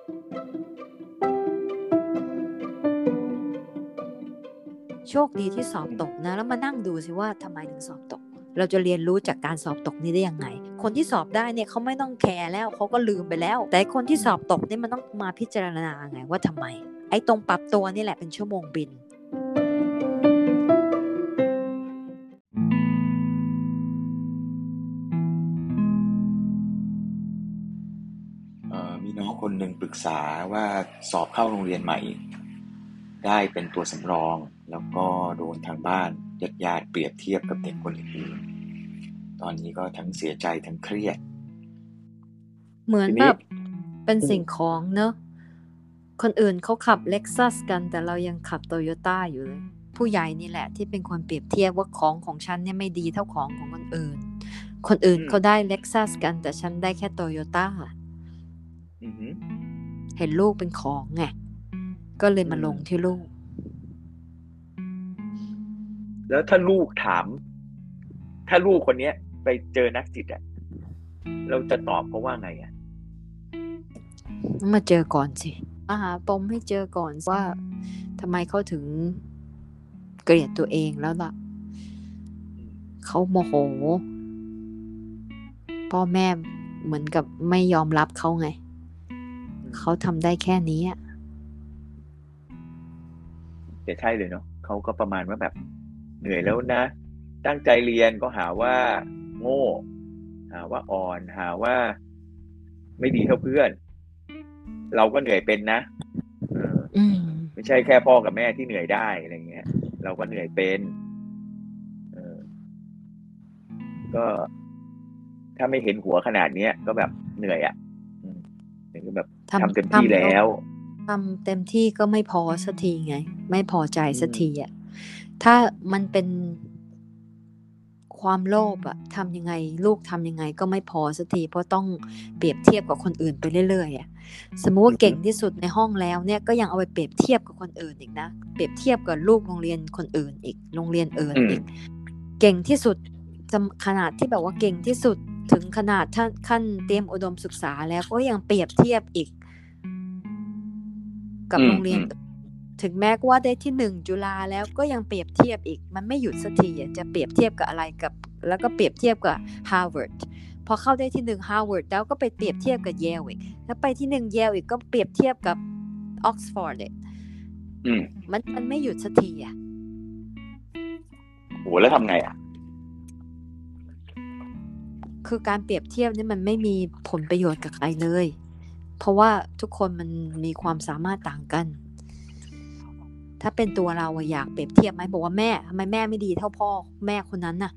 โชคดีที่สอบตกนะแล้วมานั่งดูสิว่าทำไมถึงสอบตกเราจะเรียนรู้จากการสอบตกนี้ได้ยังไงคนที่สอบได้เนี่ยเขาไม่ต้องแคร์แล้วเขาก็ลืมไปแล้วแต่คนที่สอบตกเนี่ยมันต้องมาพิจารณาไงว่าทำไมไอ้ตรงปรับตัวนี่แหละเป็นชั่วโมงบินมีน้องคนหนึ่งปรึกษาว่าสอบเข้าโรงเรียนใหม่ได้เป็นตัวสำรองแล้วก็โดนทางบ้านญาติเปรียบเทียบกับเด็กคนอื่นๆตอนนี้ก็ทั้งเสียใจทั้งเครียดเหมือนแบบเป็นสิ่งของเนอะคนอื่นเขาขับ Lexus กันแต่เรายังขับ Toyota อยู่เลยผู้ใหญ่นี่แหละที่เป็นคนเปรียบเทียบว่าของฉันเนี่ยไม่ดีเท่าของคนอื่นเขาได้ Lexus กันแต่ฉันได้แค่ Toyota เห็นลูกเป็นของไงก็เลยมาลงที่ลูกแล้วถ้าลูกถามถ้าลูกคนนี้ไปเจอนักจิตเราจะตอบเขาว่าไงมาเจอก่อนสิหาปมให้เจอก่อนว่าทำไมเขาถึงเกลียดตัวเองแล้วล่ะเขาโมโหพ่อแม่เหมือนกับไม่ยอมรับเขาไงเขาทำได้แค่นี้แต่ใช่เลยเนาะเขาก็ประมาณว่าแบบเหนื่อยแล้วนะตั้งใจเรียนก็หาว่าโง่หาว่าอ่อนหาว่าไม่ดีเท่าเพื่อนเราก็เหนื่อยเป็นนะไม่ใช่แค่พ่อกับแม่ที่เหนื่อยได้อะไรเงี้ยเราก็เหนื่อยเป็นก็ถ้าไม่เห็นหัวขนาดนี้ก็แบบเหนื่อยก็แบบทำเต็มที่แล้วทำเต็มที่ก็ไม่พอสักทีไงไม่พอใจสักทีถ้ามันเป็นความโลภทำยังไงลูกทำยังไงก็ไม่พอสักทีเพราะต้องเปรียบเทียบกับคนอื่นไปเรื่อยๆสมมุติว่าเก่งที่สุดในห้องแล้วเนี่ยก็ยังเอาไปเปรียบเทียบกับคนอื่นอีกนะเปรียบเทียบกับลูกโรงเรียนคนอื่นอีกโรงเรียนอื่นอีกเก่งที่สุดขนาดที่แบบว่าเก่งที่สุดถึงขนาดขั้นเตรียมอุดมศึกษาแล้วก็ยังเปรียบเทียบอีกกับโรงเรียนถึงแม้ว่าได้ที่1จุฬาแล้วก็ยังเปรียบเทียบอีกมันไม่หยุดสักทีจะเปรียบเทียบกับอะไรกับแล้วก็เปรียบเทียบกับ Harvard พอเข้าได้ที่1 Harvard แล้วก็ไปเปรียบเทียบกับ Yale อีกแล้วไปที่1 Yale อีกก็เปรียบเทียบกับ Oxford มันไม่หยุดสักทีโหแล้วทำไงคือการเปรียบเทียบนี่มันไม่มีผลประโยชน์กับใครเลยเพราะว่าทุกคนมันมีความสามารถต่างกันถ้าเป็นตัวเราอยากเปรียบเทียบไหมบอกว่าแม่ทำไมแม่ไม่ดีเท่าพ่อแม่คนนั้นน่ะ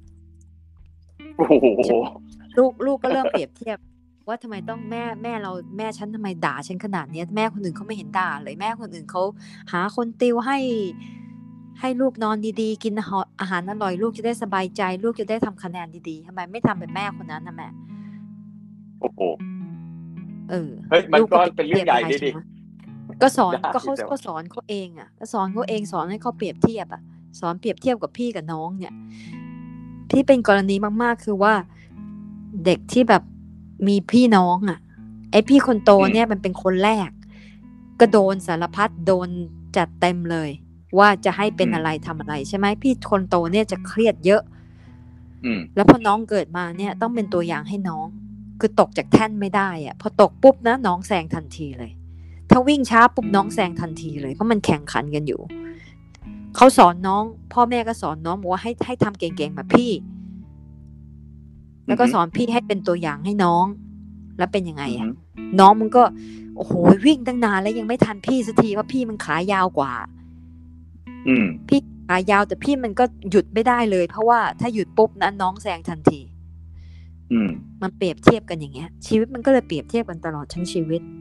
ลูกก็เริ่มเปรียบเทียบว่าทำไมต้องแม่เราแม่ฉันทำไมด่าฉันขนาดนี้แม่คนอื่นเขาไม่เห็นด่าเลยแม่คนอื่นเขาหาคนติวให้ลูกนอนดีๆกินอาหารอร่อยลูกจะได้สบายใจลูกจะได้ทำคะแนนดีๆทำไมไม่ทำเป็นแม่คนนั้นนะแม่โอ้โหเฮ้ยมันก็เป็นเรื่องใหญ่ดิก็สอนก็เขาสอนเขาเองก็สอนเขาเองสอนให้เขาเปรียบเทียบสอนเปรียบเทียบกับพี่กับน้องเนี่ยที่เป็นกรณีมากๆคือว่าเด็กที่แบบมีพี่น้องไอ้พี่คนโตเนี่ยมันเป็นคนแรกก็โดนสารพัดโดนจัดเต็มเลยว่าจะให้เป็นอะไรทำอะไรใช่ไหมพี่คนโตเนี่ยจะเครียดเยอะแล้วพอน้องเกิดมาเนี่ยต้องเป็นตัวอย่างให้น้องคือตกจากแท่นไม่ได้พอตกปุ๊บนะน้องแซงทันทีเลยถ้าวิ่งช้าปุ๊บน้องแซงทันทีเลยเพราะมันแข่งขันกันอยู่เขาสอนน้องพ่อแม่ก็สอนน้องบอกว่าให้ทำเก่งๆแบบพี่แล้วก็สอนพี่ให้เป็นตัวอย่างให้น้องแล้วเป็นยังไงน้องมันก็โอ้โหวิ่งตั้งนานแล้วยังไม่ทันพี่สักทีว่าพี่มันขายาวกว่าพี่ขายาวแต่พี่มันก็หยุดไม่ได้เลยเพราะว่าถ้าหยุดปุ๊บนะน้องแซงทันทีมันเปรียบเทียบกันอย่างเงี้ยชีวิตมันก็เลยเปรียบเทียบกันตลอดทั้งชีวิต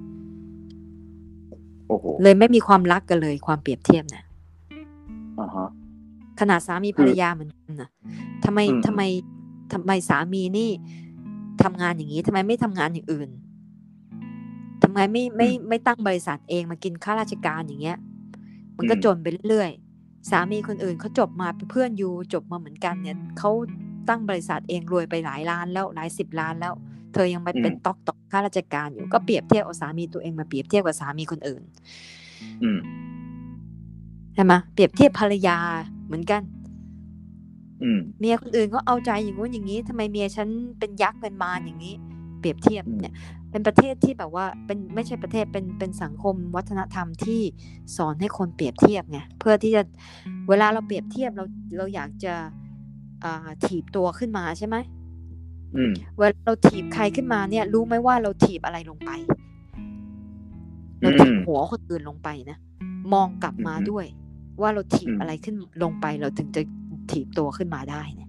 เลยไม่มีความรักกันเลยความเปรียบเทียบน่ะขนาดสามีภรรยาเหมือนกันน่ะทำไมสามีนี่ทำงานอย่างนี้ทำไมไม่ทำงานอย่างอื่นทำไมไม่ตั้งบริษัทเองมากินข้าราชการอย่างเงี้ยมันก็จนไปเรื่อยๆสามีคนอื่นเขาจบมาเป็นเพื่อนอยู่จบมาเหมือนกันเนี่ยเขาตั้งบริษัทเองรวยไปหลายล้านแล้วหลาย10 ล้านแล้วเธอยังไปเป็นต๊อกข้าราชการอยู่ก็เปรียบเทียบเอาสามีตัวเองมาเปรียบเทียบกับสามีคนอื่นใช่ไหมเปรียบเทียบภรรยาเหมือนกันเมียคนอื่นก็เอาใจอย่างงู้นอย่างนี้ทำไมเมียฉันเป็นยักษ์เป็นมารอย่างนี้เปรียบเทียบเนี่ยเป็นประเทศที่แบบว่าเป็นไม่ใช่ประเทศเป็นสังคมวัฒนธรรมที่สอนให้คนเปรียบเทียบไงเพื่อที่จะเวลาเราเปรียบเทียบเราอยากจะถีบตัวขึ้นมาใช่ไหมเวลาเราถีบใครขึ้นมาเนี่ยรู้ไหมว่าเราถีบอะไรลงไปเราถีบหัวคนอื่นลงไปนะมองกลับมาด้วยว่าเราถีบอะไรขึ้นลงไปเราถึงจะถีบตัวขึ้นมาได้เนี่ย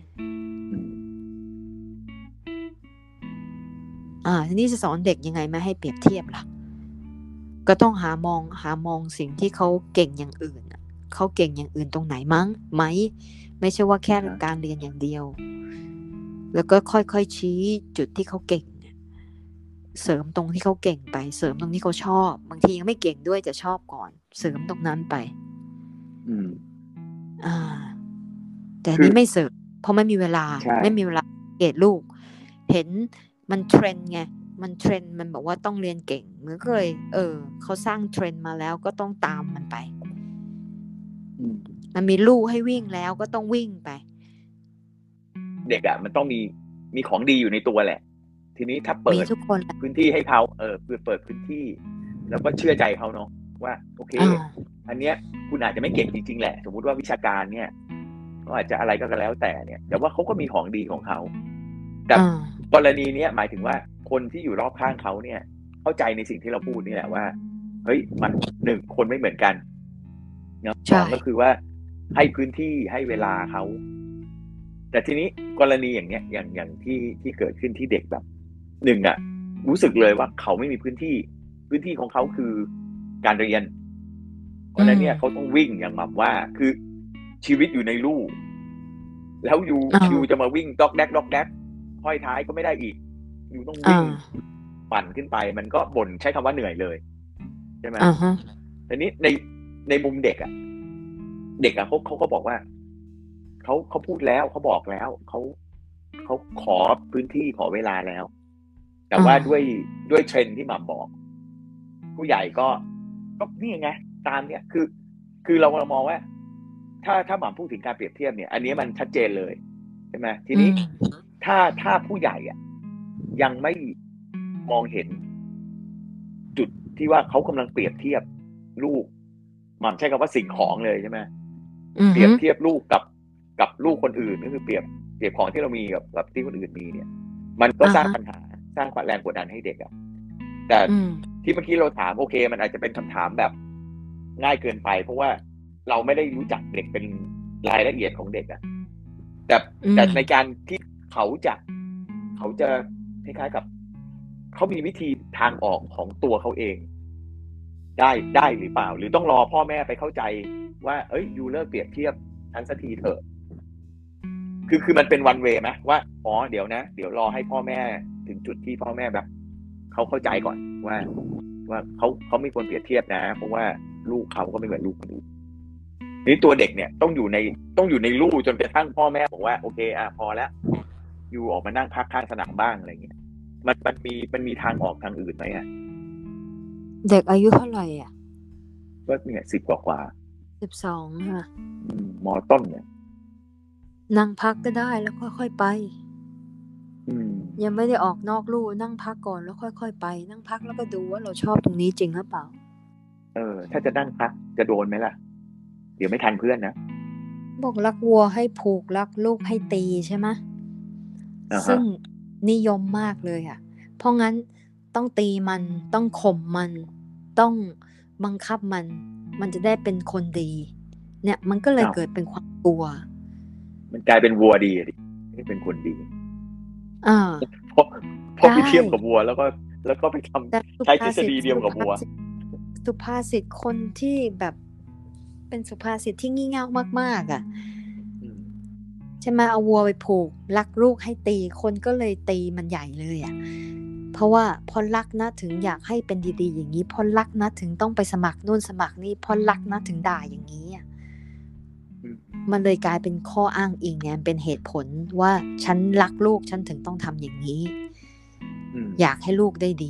ทีนี้จะสอนเด็กยังไงไม่ให้เปรียบเทียบล่ะก็ต้องหามองสิ่งที่เขาเก่งอย่างอื่นเขาเก่งอย่างอื่นตรงไหนมั้งไหมไม่ใช่ว่าแค่การเรียนอย่างเดียวแล้วก็ค่อยๆชี้จุดที่เขาเก่งเสริมตรงที่เขาเก่งไปเสริมตรงที่เขาชอบบางทียังไม่เก่งด้วยจะชอบก่อนเสริมตรงนั้นไปแต่นี่ไม่เสริมเพราะไม่มีเวลาเกตลูกเห็นมันเทรนไงมันเทรนมันบอกว่าต้องเรียนเก่งเหมือนเคยเขาสร้างเทรนมาแล้วก็ต้องตามมันไปมันมีลู่ให้วิ่งแล้วก็ต้องวิ่งไปเด็กมันต้องมีของดีอยู่ในตัวแหละทีนี้ถ้าเปิดพื้นที่ให้เขาเปิดพื้นที่แล้วก็เชื่อใจเขาเนาะว่าโอเคอันเนี้ยคุณอาจจะไม่เก่งจริงๆแหละสมมุติว่าวิชาการเนี่ยก็อาจจะอะไรก็แล้วแต่เนี่ยแต่ว่าเขาก็มีของดีของเขาแต่กรณีนี้หมายถึงว่าคนที่อยู่รอบข้างเขาเนี่ยเข้าใจในสิ่งที่เราพูดนี่แหละว่าเฮ้ยมัน1คนไม่เหมือนกันเนาะ2ก็คือว่าให้พื้นที่ให้เวลาเขาแต่ทีนี้กรณีอย่างเนี้ยอย่างที่เกิดขึ้นที่เด็กแบบรู้สึกเลยว่าเขาไม่มีพื้นที่ของเขาคือการเรียนเพราะนั้นเนี่ยเขาต้องวิ่งอย่างแบบว่าคือชีวิตอยู่ในลู่แล้วยูจะมาวิ่งด็อกแดกห้อยท้ายก็ไม่ได้อีกยูต้องวิ่งปั่นขึ้นไปมันก็บ่นใช้คำว่าเหนื่อยเลยใช่ไหมทีนี้ในมุมเด็กเขาก็บอกว่าเขาพูดแล้วเขาบอกแล้วเขาขอพื้นที่ขอเวลาแล้วแต่ว่าด้วยเทรนด์ที่หม่ำบอกผู้ใหญ่ก็นี่ไงตามเนี่ยคือเรามองว่าถ้าหม่ำพูดถึงการเปรียบเทียบเนี่ยอันนี้มันชัดเจนเลยใช่ไหมทีนี้ถ้าผู้ใหญ่ยังไม่มองเห็นจุดที่ว่าเขากำลังเปรียบเทียบลูกหม่ำใช้คำว่าสิ่งของเลยใช่ไหมเปรียบเทียบลูกกับลูกคนอื่นก็คือเปรียบของที่เรามีกับที่คนอื่นมีเนี่ยมันก็สร้างปัญหาสร้างความแรงกดดันให้เด็กแต่ที่เมื่อกี้เราถามโอเคมันอาจจะเป็นคำถามแบบง่ายเกินไปเพราะว่าเราไม่ได้รู้จักเด็กเป็นรายละเอียดของเด็กแต่ในการที่เขาจะคล้ายๆกับเขามีวิธีทางออกของตัวเขาเองได้หรือเปล่าหรือต้องรอพ่อแม่ไปเข้าใจว่ายูเลิกเปรียบเทียบทันสักทีเถอะคือมันเป็นวันเวย์ไหมว่าเดี๋ยวรอให้พ่อแม่ถึงจุดที่พ่อแม่แบบเขาเข้าใจก่อนว่าเขาไม่ควรเปรียบเทียบนะเพราะว่าลูกเขาก็ไม่เหมือนลูกคนอื่นนี่ตัวเด็กเนี่ยต้องอยู่ในลู่จนกระทั่งพ่อแม่บอกว่าโอเคพอแล้วอยู่ออกมานั่งพักข้างสนามบ้างอะไรเงี้ยมันมีทางออกทางอื่นไหมเด็กอายุเท่าไหร่ก็เนี่ย10 กว่า 12ค่ะม.ต้นเนี่ยนั่งพักก็ได้แล้วค่อยๆไปยังไม่ได้ออกนอกลู่นั่งพักก่อนแล้วค่อยๆไปนั่งพักแล้วก็ดูว่าเราชอบตรงนี้จริงหรือเปล่าถ้าจะนั่งพักจะโดนไหมล่ะเดี๋ยวไม่ทันเพื่อนนะบอกรักวัวให้ผูกรักลูกให้ตีใช่ไหมซึ่งนิยมมากเลยเพราะงั้นต้องตีมันต้องข่มมันต้องบังคับมันจะได้เป็นคนดีเนี่ยมันก็เลยเกิดเป็นความกลัวมันกลายเป็นวัวดีไม่เป็นคนดีพอไปเทียบกับวัวแล้วก็ไปทำใช้ทฤษฎีเดียวกับวัวสุภาษิตคนที่แบบเป็นสุภาษิตที่งี่เง่ามากๆใช่ไหมเอาวัวไปผูกรักลูกให้ตีคนก็เลยตีมันใหญ่เลยเพราะว่าพอรักนะถึงอยากให้เป็นดีๆอย่างนี้พอรักนะถึงต้องไปสมัครนู่นสมัครนี่พอรักนะถึงด่าอย่างนี้มันเลยกลายเป็นข้ออ้างอิงไงเป็นเหตุผลว่าฉันรักลูกฉันถึงต้องทำอย่างนี้อยากให้ลูกได้ดี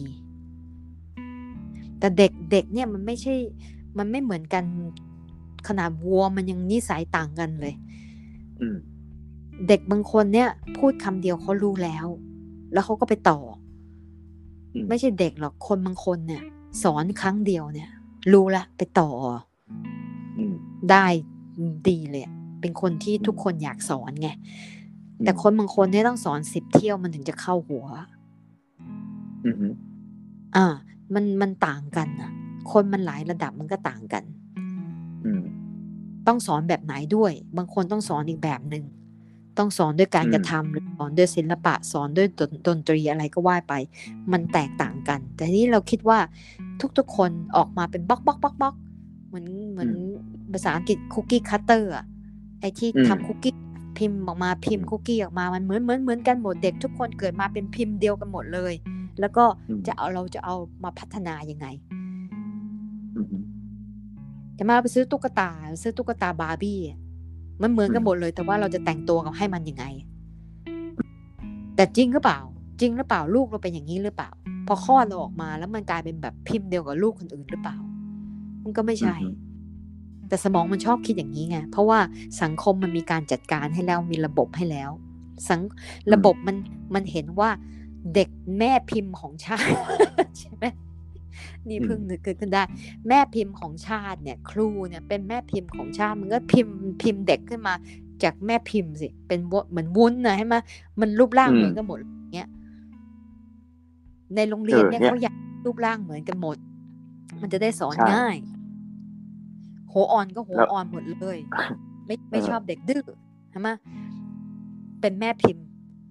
แต่เด็กเนี่ยมันไม่ใช่มันไม่เหมือนกันขนาดวัวมันยังนิสัยต่างกันเลยเด็กบางคนเนี่ยพูดคำเดียวเขารู้แล้วเขาก็ไปต่อไม่ใช่เด็กหรอกคนบางคนเนี่ยสอนครั้งเดียวเนี่ยรู้ละไปต่อได้ดีเลยเป็นคนที่ทุกคนอยากสอนไงแต่คนบางคนเนี่ยต้องสอน10 เที่ยวมันถึงจะเข้าหัวมันต่างกันนะคนมันหลายระดับมันก็ต่างกันต้องสอนแบบไหนด้วยบางคนต้องสอนอีกแบบนึงต้องสอนด้วยการกระทำสอนด้วยศิลปะสอนด้วยดนตรีอะไรก็ว่าไปมันแตกต่างกันแต่ทีนี้เราคิดว่าทุกคนออกมาเป็นบล็อกเหมือนภาษาอังกฤษคุกกี้คัตเตอร์ไอ้ที่ทำคุกกี้พิมพ์ออกมาพิมพ์คุกกี้ออกมามันเหมือนกันหมดเด็กทุกคนเกิดมาเป็นพิมพ์เดียวกันหมดเลยแล้วก็เราจะเอามาพัฒนายังไงจะมาไปซื้อตุ๊กตาบาร์บี้มันเหมือนกันหมดเลยแต่ว่าเราจะแต่งตัวกับให้มันยังไงแต่จริงหรือเปล่าลูกเราเป็นอย่างนี้หรือเปล่าพอคลอดเราออกมาแล้วมันกลายเป็นแบบพิมพ์เดียวกับลูกคนอื่นหรือเปล่ามันก็ไม่ใช่แต่สมองมันชอบคิดอย่างนี้ไงเพราะว่าสังคมมันมีการจัดการให้แล้วมีระบบให้แล้วระบบมันเห็นว่าเด็กแม่พิมพ์ของชาติใช่ไหมนี่เพิ่งนึกขึ้นได้แม่พิมพ์ของชาติเนี่ยครูเนี่ยเป็นแม่พิมพ์ของชาติมันก็พิมพ์เด็กขึ้นมาจากแม่พิมพ์สิเป็นเหมือนวุ้นนะใช่ไหมมันรูปร่างเหมือนกันหมดเงี้ยในโรงเรียนเนี่ยเขาอยากรูปร่างเหมือนกันหมดมันจะได้สอนง่ายหัวอ่อนก็หัวอ่อนหมดเลยไม่ชอบเด็กดื้อใช่ไหมเป็นแม่พิมพ์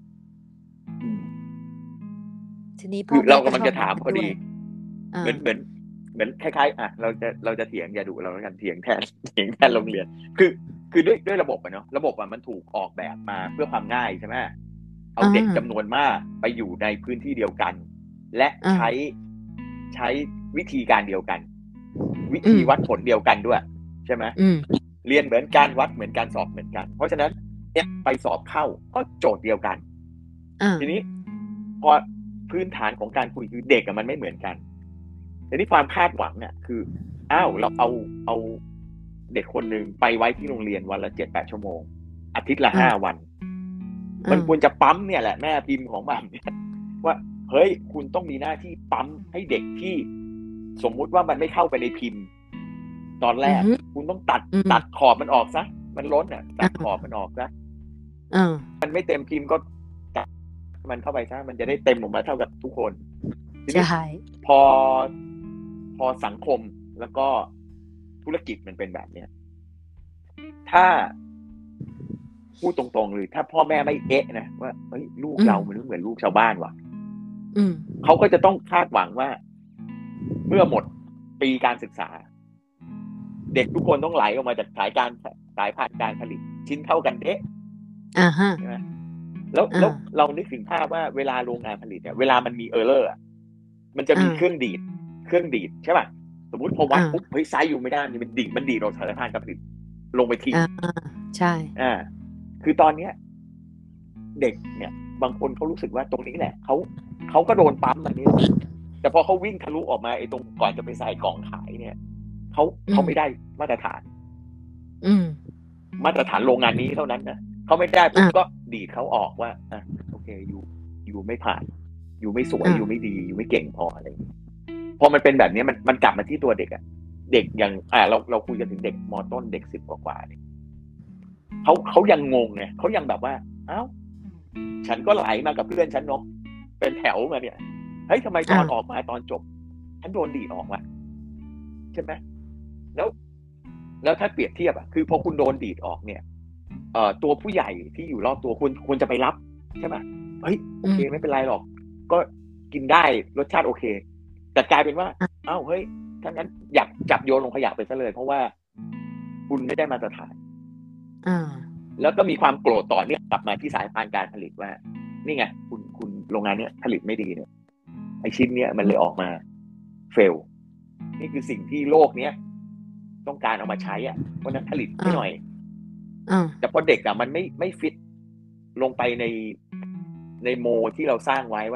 ทีนี้พ่อเรากำลังจะถามพอดีเหมือนคล้ายๆเราจะเถียงอย่าดุเราแล้วกันเถียงแทนโรงเรียนคือด้วยระบบเนาะระบบมันถูกออกแบบมาเพื่อความง่ายใช่ไหมเอาเด็กจำนวนมากไปอยู่ในพื้นที่เดียวกันและใช้วิธีการเดียวกันวิธีวัดผลเดียวกันด้วยใช่ไหมเรียนเหมือนกันวัดเหมือนกันสอบเหมือนกันเพราะฉะนั้นเนี่ยไปสอบเข้าก็โจทย์เดียวกันทีนี้พอพื้นฐานของการคุยคือเด็กมันไม่เหมือนกันแต่ที่ความคาดหวังเนี่ยคือเราเอาเด็กคนหนึ่งไปไว้ที่โรงเรียนวันละ 7-8 ชั่วโมงอาทิตย์ละ5 วันมันควรจะปั๊มเนี่ยแหละแม่พิมพ์ของมันว่าเฮ้ยคุณต้องมีหน้าที่ปั๊มให้เด็กที่สมมุติว่ามันไม่เข้าไปในพิมพ์ตอนแรกคุณต้องตัดขอบมันออกซะมันล้นตัดขอบมันออกซะมันไม่เต็มพิมพ์ก็ตัดมันเข้าไปซะมันจะได้เต็มออกมาเท่ากับทุกคนใช่พอสังคมแล้วก็ธุรกิจมันเป็นแบบเนี้ยถ้าพูดตรงๆหรือถ้าพ่อแม่ไม่เอ๊ะนะว่าเฮ้ยลูกเรามันไม่เหมือนลูกชาวบ้านว่ะเขาก็จะต้องคาดหวังว่าเมื่อหมดปีการศึกษาเด็กทุกคนต้องไหลออกมาจากสายพันธุ์การผลิตชิ้นเท่ากันเด๊ะใช่ไหมแล้วเรานึกถึงภาพว่าเวลาโรงงานผลิตเนี่ยเวลามันมีเออร์เลอร์มันจะมีเครื่องดีดใช่ป่ะสมมุติพอวัดปุ๊บเฮ้ยไซส์อยู่ไม่ได้มันดีดออกสายพันธุ์การผลิตลงไปทิ้งใช่คือตอนเนี้ยเด็กเนี่ยบางคนเขารู้สึกว่าตรงนี้แหละเขาก็โดนปั๊มแบบนี้แต่พอเขาวิ่งทะลุออกมาไอ้ตรงก่อนจะไปใส่กล่องขายเนี่ยเขาไม่ได้มาตรฐานมาตรฐานโรงงานนี้เท่านั้นนะเขาไม่ได้ปุ๊บก็ดีดเขาออกว่าโอเคอยู่ไม่ผ่านอยู่ไม่สวยอยู่ไม่ดีอยู่ไม่เก่งพออะไรพอมันเป็นแบบนี้มันกลับมาที่ตัวเด็กเด็กยังเราคุยกันถึงเด็กม.ต้นเด็ก10 กว่าเนี่ยเขายังงงไงเขายังแบบว่าฉันก็ไหลมากับเพื่อนฉันเนาะเป็นแถวมาเนี่ยเฮ้ยทำไมตอนออกมาตอนจบฉันโดนดีดออกวะใช่ไหมแล้วถ้าเปรียบเทียบคือพอคุณโดนดีดออกเนี่ยตัวผู้ใหญ่ที่อยู่รอบตัวคุณควรจะไปรับใช่ไหมเฮ้ยโอเคไม่เป็นไรหรอกก็กินได้รสชาติโอเคแต่กลายเป็นว่าเฮ้ยถ้างั้นอยากจับโยนลงขยะไปซะเลยเพราะว่าคุณไม่ได้มาตรฐานแล้วก็มีความโกรธต่อเนี่ยกลับมาที่สายพานการผลิตว่านี่ไงคุณโรงงานเนี้ยผลิตไม่ดีเนี่ยไอชิ้นเนี้ยมันเลยออกมาเฟลนี่คือสิ่งที่โลกเนี้ยต้องการเอามาใช้เพราะนั้นผลิตไม่หน่อยแต่พอเด็กมันไม่ฟิตลงไปในโมที่เราสร้างไว้ว่า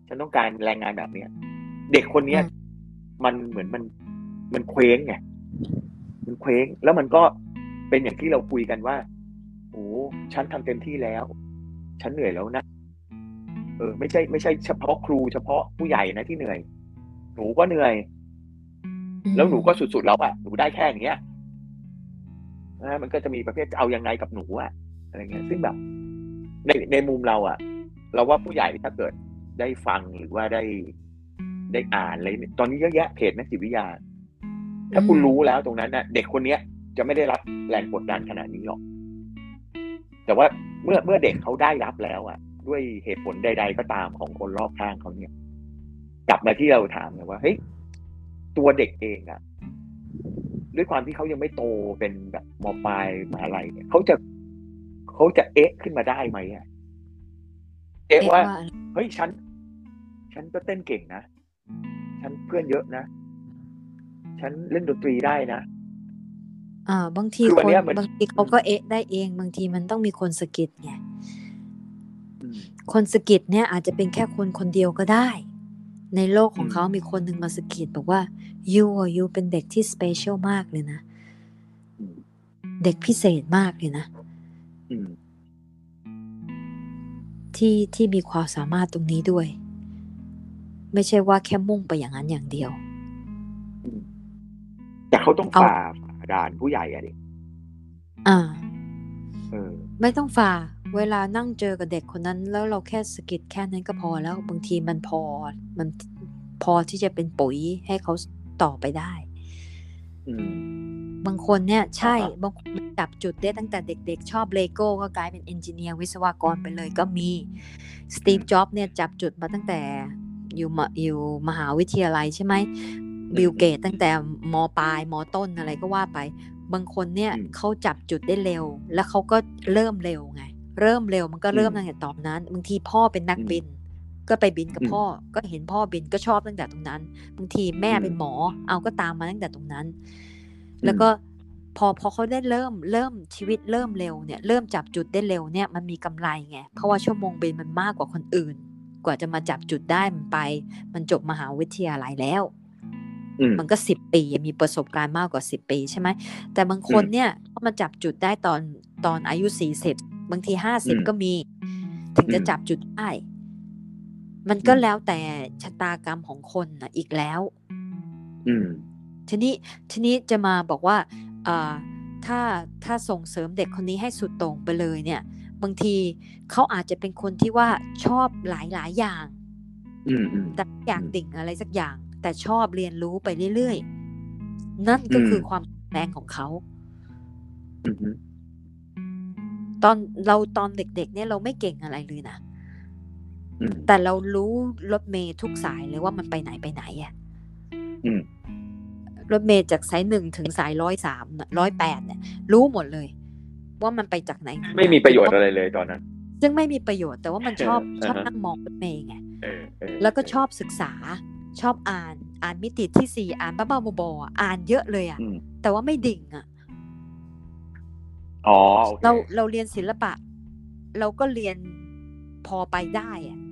ฉันต้องการแรงงานแบบเนี้ยเด็กคนเนี้ยมันเหมือนมันเคว้งไงมันเคว้งแล้วมันก็เป็นอย่างที่เราคุยกันว่าโอ้ฉันทำเต็มที่แล้วฉันเหนื่อยแล้วนะไม่ใช่เฉพาะครูเฉพาะผู้ใหญ่นะที่เหนื่อยหนูก็เหนื่อยแล้วหนูก็สุดๆแล้วอ่ะหนูได้แค่อย่างเงี้ยนะมันก็จะมีประเภทจะเอายังไงกับหนูอ่ะอะไรเงี้ยซึ่งแบบในมุมเราอ่ะเราว่าผู้ใหญ่ถ้าเกิดได้ฟังหรือว่าได้อ่านอะไรตอนนี้เยอะแยะเพจนักจิตวิทยาถ้าคุณรู้แล้วตรงนั้นน่ะเด็กคนเนี้ยจะไม่ได้รับแรงกดดันขนาดนี้หรอกแต่ว่าเมื่อเด็กเขาได้รับแล้วอ่ะด้วยเหตุผลใดๆก็ตามของคนรอบข้างเขาเนี่ยกลับมาที่เราถามเลยว่าเฮ้ยตัวเด็กเองอ่ะด้วยความที่เขายังไม่โตเป็นแบบม.ปลายมหาลัยเนี่ยเขาจะเอ๊ะขึ้นมาได้ไหมอ่ะเอ๊ะว่าเฮ้ยฉันก็เต้นเก่งนะฉันเพื่อนเยอะนะฉันเล่นดนตรีได้นะบางทีเขาก็เอ๊ะได้เองบางทีมันต้องมีคนสะกิดไงคนสะกิดเนี่ยอาจจะเป็นแค่คนเดียวก็ได้ในโลกของเขามีคนหนึ่งมาสะกิดบอกว่ายูเป็นเด็กที่สเปเชียลมากเลยนะเด็กพิเศษมากเลยนะที่มีความสามารถตรงนี้ด้วยไม่ใช่ว่าแค่มุ่งไปอย่างนั้นอย่างเดียวแต่เขาต้องฝ่าด่านผู้ใหญ่อะดิไม่ต้องฝ่าเวลานั่งเจอกับเด็กคนนั้นแล้วเราแค่สะกิดแค่นั้นก็พอแล้วบางทีมันพอที่จะเป็นปุ๋ยให้เขาต่อไปได้บางคนเนี่ยใช่บางคนจับจุดได้ตั้งแต่เด็กๆชอบเลโก้ก็กลายเป็นเอนจิเนียร์วิศวกรไปเลยก็มีสตีฟจ็อบส์เนี่ยจับจุดมาตั้งแต่อยู่มหาวิทยาลัยใช่ไหมบิลเกตตั้งแต่ม.ปลายม.ต้นอะไรก็ว่าไปบางคนเนี่ยเขาจับจุดได้เร็วแล้วเขาก็เริ่มเร็วไงเริ่มเร็วมันก็เริ่มตั้งแต่ตอนนั้นบางทีพ่อเป็นนักบินก็ไปบินกับพ่อก็เห็นพ่อบินก็ชอบตั้งแต่ตรงนั้นบางทีแม่เป็นหมอเอาก็ตามมาตั้งแต่ตรงนั้นแล้วก็พอเขาได้เริ่มชีวิตเริ่มเร็วเนี่ยเริ่มจับจุดได้เร็วเนี่ยมันมีกำไรไงเพราะว่าชั่วโมงบินมันมากกว่าคนอื่นกว่าจะมาจับจุดได้มันจบมหาวิทยาลัยแล้วมันก็10 ปีมีประสบการณ์มากกว่า10 ปีใช่ไหมแต่บางคนเนี่ยเขามาจับจุดได้ตอนอายุ40บางที50ก็มีถึงจะจับจุดได้มันก็แล้วแต่ชะตากรรมของคนนะอีกแล้วทีนี้จะมาบอกว่าถ้าส่งเสริมเด็กคนนี้ให้สุดโต่งไปเลยเนี่ยบางทีเขาอาจจะเป็นคนที่ว่าชอบหลายอย่างแต่อยากดิ่งอะไรสักอย่างแต่ชอบเรียนรู้ไปเรื่อยๆนั่นก็คือความแรงของเขาตอนเด็กๆเนี่ยเราไม่เก่งอะไรเลยนะแต่เรารู้รถเมล์ทุกสายเลยว่ามันไปไหนอ่ะรถเมล์จากสาย1ถึงสาย103 108เนี่ยรู้หมดเลยว่ามันไปจากไหนไม่มีประโยชน์อะไรเลยตอนนั้นซึ่งไม่มีประโยชน์แต่ว่ามันชอบนั่งมองรถเมล์ไงแล้วก็ชอบศึกษาชอบอ่านมิติที่4อ่านบ้าๆบอๆอ่านเยอะเลยอ่ะแต่ว่าไม่ดิ่งอ่ะเราเรียนศิลปะเราก็เรียนพอไปได้อ่ะ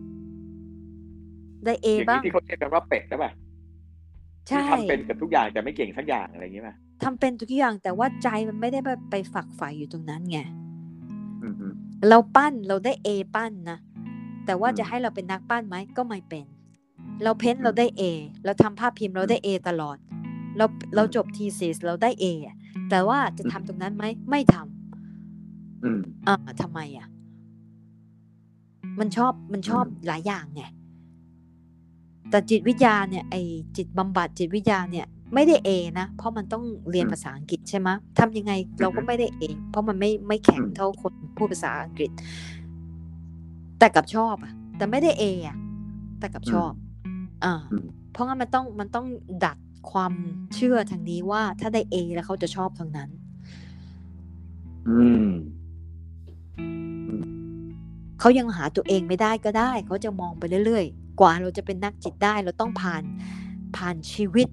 ได้ A บ้างที่เขาเรียกกันว่าเป็ดใช่ป่ะใช่ทำเป็นกับทุกอย่างแต่ไม่เก่งสักอย่างอะไรอย่างเงี้ยป่ะทำเป็นทุกอย่างแต่ว่าใจมันไม่ได้ไปฝักใฝ่อยู่ตรงนั้นไงเราปั้นเราได้ A ปั้นนะแต่ว่าจะให้เราเป็นนักปั้นไหมก็ไม่เป็นเราเพ้นเราได้ A เราทำภาพพิมพ์เราได้ A ตลอดเราจบ thesis เราได้ A แต่ว่าจะทำตรงนั้นไหมไม่ทำทำไมอ่ะมันชอบหลายอย่างไงแต่จิตวิทยาเนี่ยไอจิตบำบัดจิตวิทยาเนี่ยไม่ได้ A นะเพราะมันต้องเรียนภาษาอังกฤษใช่ไหมทำยังไงเราก็ไม่ได้ A เพราะมันไม่แข็งเท่าคนพูดภาษาอังกฤษแต่กับชอบอ่ะแต่ไม่ได้ A อ่ะแต่กับชอบเพราะงั้นมันต้องดัดความเชื่อทางนี้ว่าถ้าได้ A แล้วเขาจะชอบทางนั้นเขายังหาตัวเองไม่ได้ก็ได้เขาจะมองไปเรื่อยๆกว่าเราจะเป็นนักจิตได้เราต้องผ่านชีวิต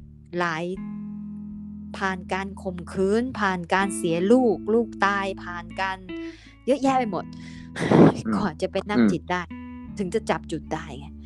ผ่านการข่มขืนผ่านการเสียลูกตายผ่านการเยอะแยะไปหมดก่อนจะเป็นนักจิตได้ถึงจะจับจุดได้ไง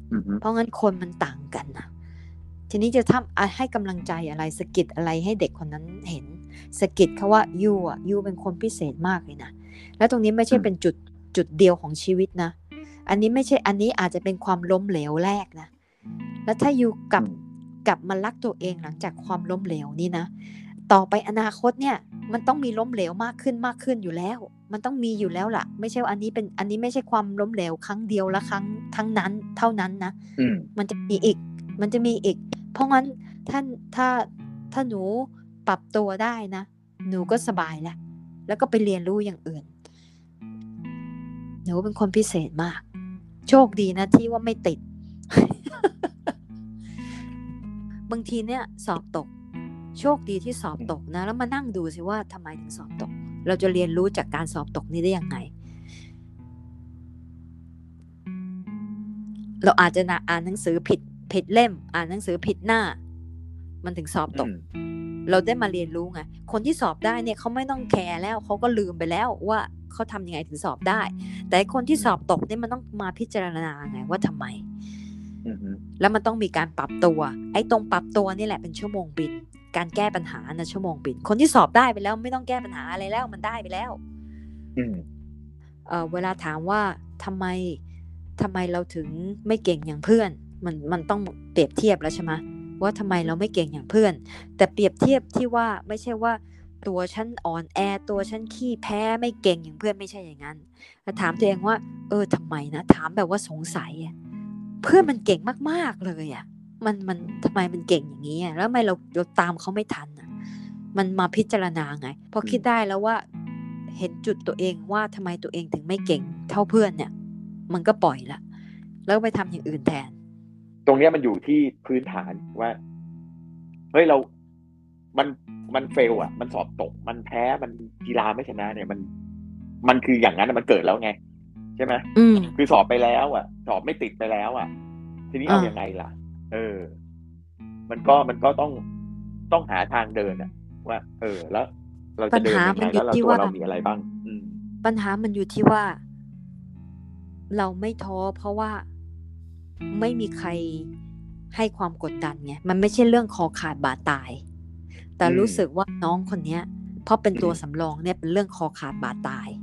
เพราะงั้นคนมันต่างกันนะทีนี้จะทำให้กำลังใจอะไรสะกิดอะไรให้เด็กคนนั้นเห็นสะกิดเขาว่ายูเป็นคนพิเศษมากเลยนะแล้วตรงนี้ไม่ใช่เป็นจุดเดียวของชีวิตนะอันนี้ไม่ใช่อันนี้อาจจะเป็นความล้มเหลวแรกนะแล้วถ้ายูกลับมารักตัวเองหลังจากความล้มเหลวนี่นะต่อไปอนาคตเนี่ยมันต้องมีล้มเหลวมากขึ้นอยู่แล้วมันต้องมีอยู่แล้วล่ะไม่ใช่ว่าอันนี้ไม่ใช่ความล้มเหลวครั้งเดียวและครั้งทั้งนั้นเท่านั้นนะมันจะมีอีกเพราะงั้นถ้าหนูปรับตัวได้นะหนูก็สบายแล้วก็ไปเรียนรู้อย่างอื่นหนูเป็นคนพิเศษมากโชคดีนะที่ว่าไม่ติด บางทีเนี่ยสอบตกโชคดีที่สอบตกนะแล้วมานั่งดูสิว่าทำไมถึงสอบตกเราจะเรียนรู้จากการสอบตกนี้ได้ยังไงเราอาจจะอ่านหนังสือผิดเล่มอ่านหนังสือผิดหน้ามันถึงสอบตกเราได้มาเรียนรู้ไงคนที่สอบได้เนี่ยเขาไม่ต้องแคร์แล้วเขาก็ลืมไปแล้วว่าเขาทำยังไงถึงสอบได้แต่คนที่สอบตกเนี่ยมันต้องมาพิจารณาไงว่าทำไมแล้วมันต้องมีการปรับตัวไอ้ตรงปรับตัวนี่แหละเป็นชั่วโมงบินการแก้ปัญหานะชั่วโมงบินคนที่สอบได้ไปแล้วไม่ต้องแก้ปัญหาอะไรแล้วมันได้ไปแล้วเวลาถามว่าทำไมเราถึงไม่เก่งอย่างเพื่อนมันต้องเปรียบเทียบแล้วใช่ไหมว่าทำไมเราไม่เก่งอย่างเพื่อนแต่เปรียบเทียบที่ว่าไม่ใช่ว่าตัวฉันอ่อนแอตัวฉันขี้แพ้ไม่เก่งอย่างเพื่อนไม่ใช่อย่างนั้นถามตัวเองว่าทำไมนะถามแบบว่าสงสัยเพื่อนมันเก่งมากๆเลยมันทำไมมันเก่งอย่างนี้แล้วทำไมเราตามเขาไม่ทันมันมาพิจารณาไงพอคิดได้แล้วว่าเห็นจุดตัวเองว่าทำไมตัวเองถึงไม่เก่งเท่าเพื่อนเนี่ยมันก็ปล่อยละแล้วไปทำอย่างอื่นแทนตรงนี้มันอยู่ที่พื้นฐานว่าเฮ้ยมันเฟลมันสอบตกมันแพ้มันกีฬาไม่ชนะเนี่ยมันคืออย่างนั้นมันเกิดแล้วไงใช่ไหมคือสอบไปแล้วสอบไม่ติดไปแล้วทีนี้เอายังไงล่ะมันก็ต้องหาทางเดินว่าแล้วเราจะเดินยังไงแล้วเรามีอะไรบ้างปัญหามันอยู่ที่ว่าเราไม่ท้อเพราะว่าไม่มีใครให้ความกดดันไงมันไม่ใช่เรื่องคอขาดบาดตายแต่รู้สึกว่าน้องคนนี้เพราะเป็นตัวสำรองเนี่ยเป็นเรื่องคอขาดบาดตาย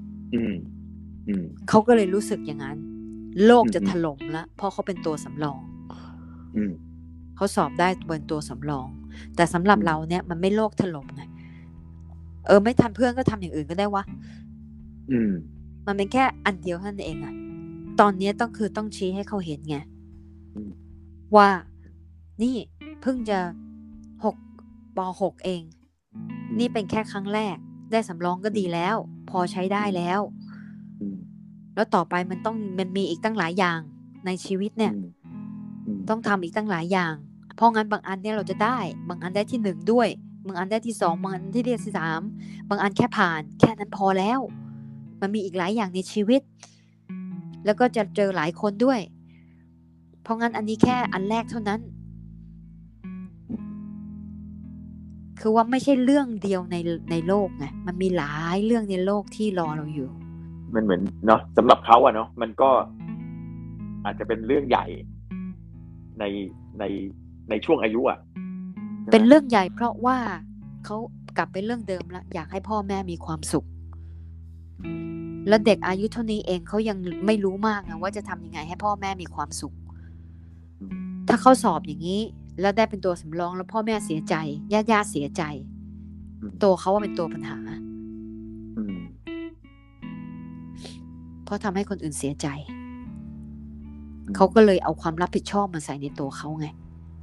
เขาก็เลยรู้สึกอย่างนั้นโลกจะถล่มแล้วเพราะเขาเป็นตัวสำรองเขาสอบได้เป็นตัวสำรองแต่สำหรับเราเนี่ยมันไม่โลกถล่มไงไม่ทันเพื่อนก็ทำอย่างอื่นก็ได้วะมันเป็นแค่อันเดียวเท่านั้นเองตอนนี้ต้องชี้ให้เขาเห็นไงว่านี่เพิ่งจะป.6 เองนี่เป็นแค่ครั้งแรกได้สำรองก็ดีแล้วพอใช้ได้แล้วแล้วต่อไปมันมีอีกตั้งหลายอย่างในชีวิตเนี่ยต้องทำอีกตั้งหลายอย่างเพราะงั้นบางอันเนี่ยเราจะได้บางอันได้ที่1ด้วยบางอันได้ที่2บางอันที่3บางอันแค่ผ่านแค่นั้นพอแล้วมันมีอีกหลายอย่างในชีวิตแล้วก็จะเจอหลายคนด้วยเพราะงั้นอันนี้แค่อันแรกเท่านั้นคือว่าไม่ใช่เรื่องเดียวในโลกไงมันมีหลายเรื่องในโลกที่รอเราอยู่มันเหมือนเนาะสำหรับเขาเนาะมันก็อาจจะเป็นเรื่องใหญ่ในช่วงอายุเป็นเรื่องใหญ่เพราะว่าเขากลับไปเรื่องเดิมละอยากให้พ่อแม่มีความสุขแล้วเด็กอายุเท่านี้เองเขายังไม่รู้มากนะว่าจะทำยังไงให้พ่อแม่มีความสุขถ้าเขาสอบอย่างนี้แล้วได้เป็นตัวสำรองแล้วพ่อแม่เสียใจญาติเสียใจตัวเขาว่าเป็นตัวปัญหาเพราะทำให้คนอื่นเสียใจเขาก็เลยเอาความรับผิดชอบมาใส่ในตัวเขาไง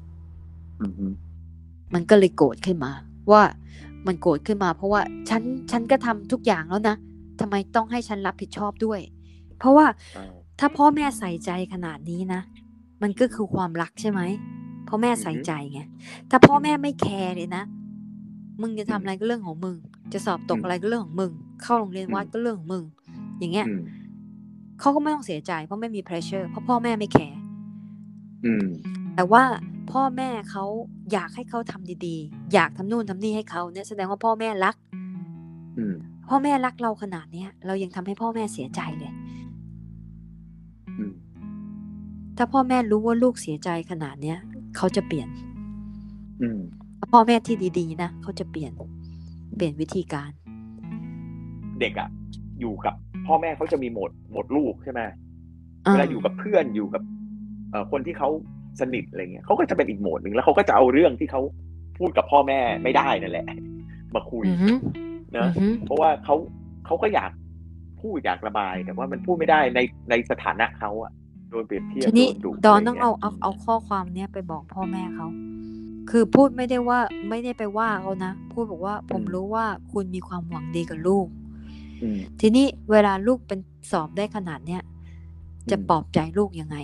มันก็เลยโกรธขึ้นมาว่ามันโกรธขึ้นมาเพราะว่าฉันก็ทำทุกอย่างแล้วนะทำไมต้องให้ฉันรับผิดชอบด้วยเพราะว่าถ้าพ่อแม่ใส่ใจขนาดนี้นะมันก็คือความรักใช่ไหมพ่อแม่ใส่ใจไงถ้าพ่อแม่ไม่แคร์เลยนะมึงจะทำอะไรก็เรื่องของมึงจะสอบตกอะไรก็เรื่องของมึงเข้าโรงเรียนวัดก็เรื่องของมึงอย่างเงี้ยเขาก็ไม่ต้องเสียใจเพราะไม่มี pressure เพราะพ่อแม่ไม่แคร์แต่ว่าพ่อแม่เขาอยากให้เขาทำดีๆอยากทำนู่นทำนี่ให้เขาเนี่ยแสดงว่าพ่อแม่รักพ่อแม่รักเราขนาดนี้เรายังทำให้พ่อแม่เสียใจเลยถ้าพ่อแม่รู้ว่าลูกเสียใจขนาดเนี้ยเขาจะเปลี่ยนอืมพ่อแม่ที่ดีๆนะเขาจะเปลี่ยนวิธีการเด็กอ่ะอยู่กับพ่อแม่เขาจะมีโหมดลูกใช่ไหมเวลาอยู่กับเพื่อนอยู่กับคนที่เขาสนิทอะไรเงี้ยเขาก็จะเป็นอีกโหมดหนึ่งแล้วเขาก็จะเอาเรื่องที่เขาพูดกับพ่อแม่ไม่ได้นั่นแหละมาคุยนะเพราะว่าเขาก็อยากพูดอยากระบายแต่ว่ามันพูดไม่ได้ในสถานะเขาอะโดนเปรียบเทียบโดนดุดอนต้องเอาข้อความเนี้ยไปบอกพ่อแม่เขาคือพูดไม่ได้ไปว่าเขานะพูดบอกว่าผมรู้ว่าคุณมีความหวังดีกับลูกทีนี้เวลาลูกเป็นสอบได้ขนาดเนี้ยจะปลอบใจลูกยังไง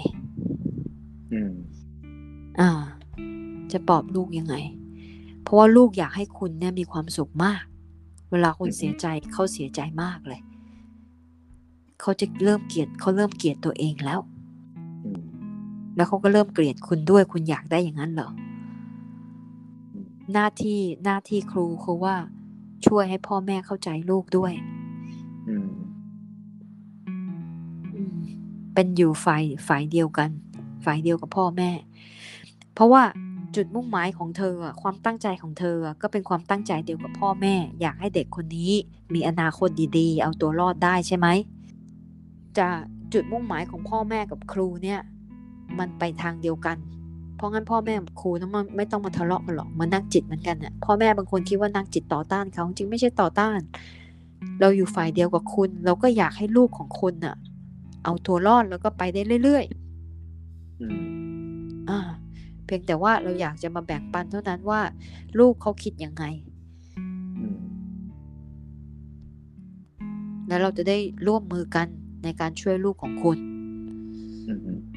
จะปลอบลูกยังไงเพราะว่าลูกอยากให้คุณเนี่ยมีความสุขมากเวลาคุณเสียใจเขาเสียใจมากเลยเขาจะเริ่มเกลียดตัวเองแล้วเขาก็เริ่มเกลียดคุณด้วยคุณอยากได้อย่างนั้นเหรอหน้าที่ครูคือว่าช่วยให้พ่อแม่เข้าใจลูกด้วยเป็นอยู่ฝ่ายเดียวกันฝ่ายเดียวกับพ่อแม่เพราะว่าจุดมุ่งหมายของเธอความตั้งใจของเธอก็เป็นความตั้งใจเดียวกับพ่อแม่อยากให้เด็กคนนี้มีอนาคตดีๆเอาตัวรอดได้ใช่ไหมจะจุดมุ่งหมายของพ่อแม่กับครูเนี่ยมันไปทางเดียวกันเพราะงั้นพ่อแม่กับครูไม่ต้องมาทะเลาะกันหรอกมันนักจิตเหมือนกันน่ะพ่อแม่บางคนคิดว่านักจิตต่อต้านเขาจริงไม่ใช่ต่อต้านเราอยู่ฝ่ายเดียวกับคุณเราก็อยากให้ลูกของคุณน่ะเอาตัวรอดแล้วก็ไปได้เรื่อยๆเพียงแต่ว่าเราอยากจะมาแบ่งปันเท่านั้นว่าลูกเขาคิดยังไงแล้วเราจะได้ร่วมมือกันในการช่วยลูกของคุณ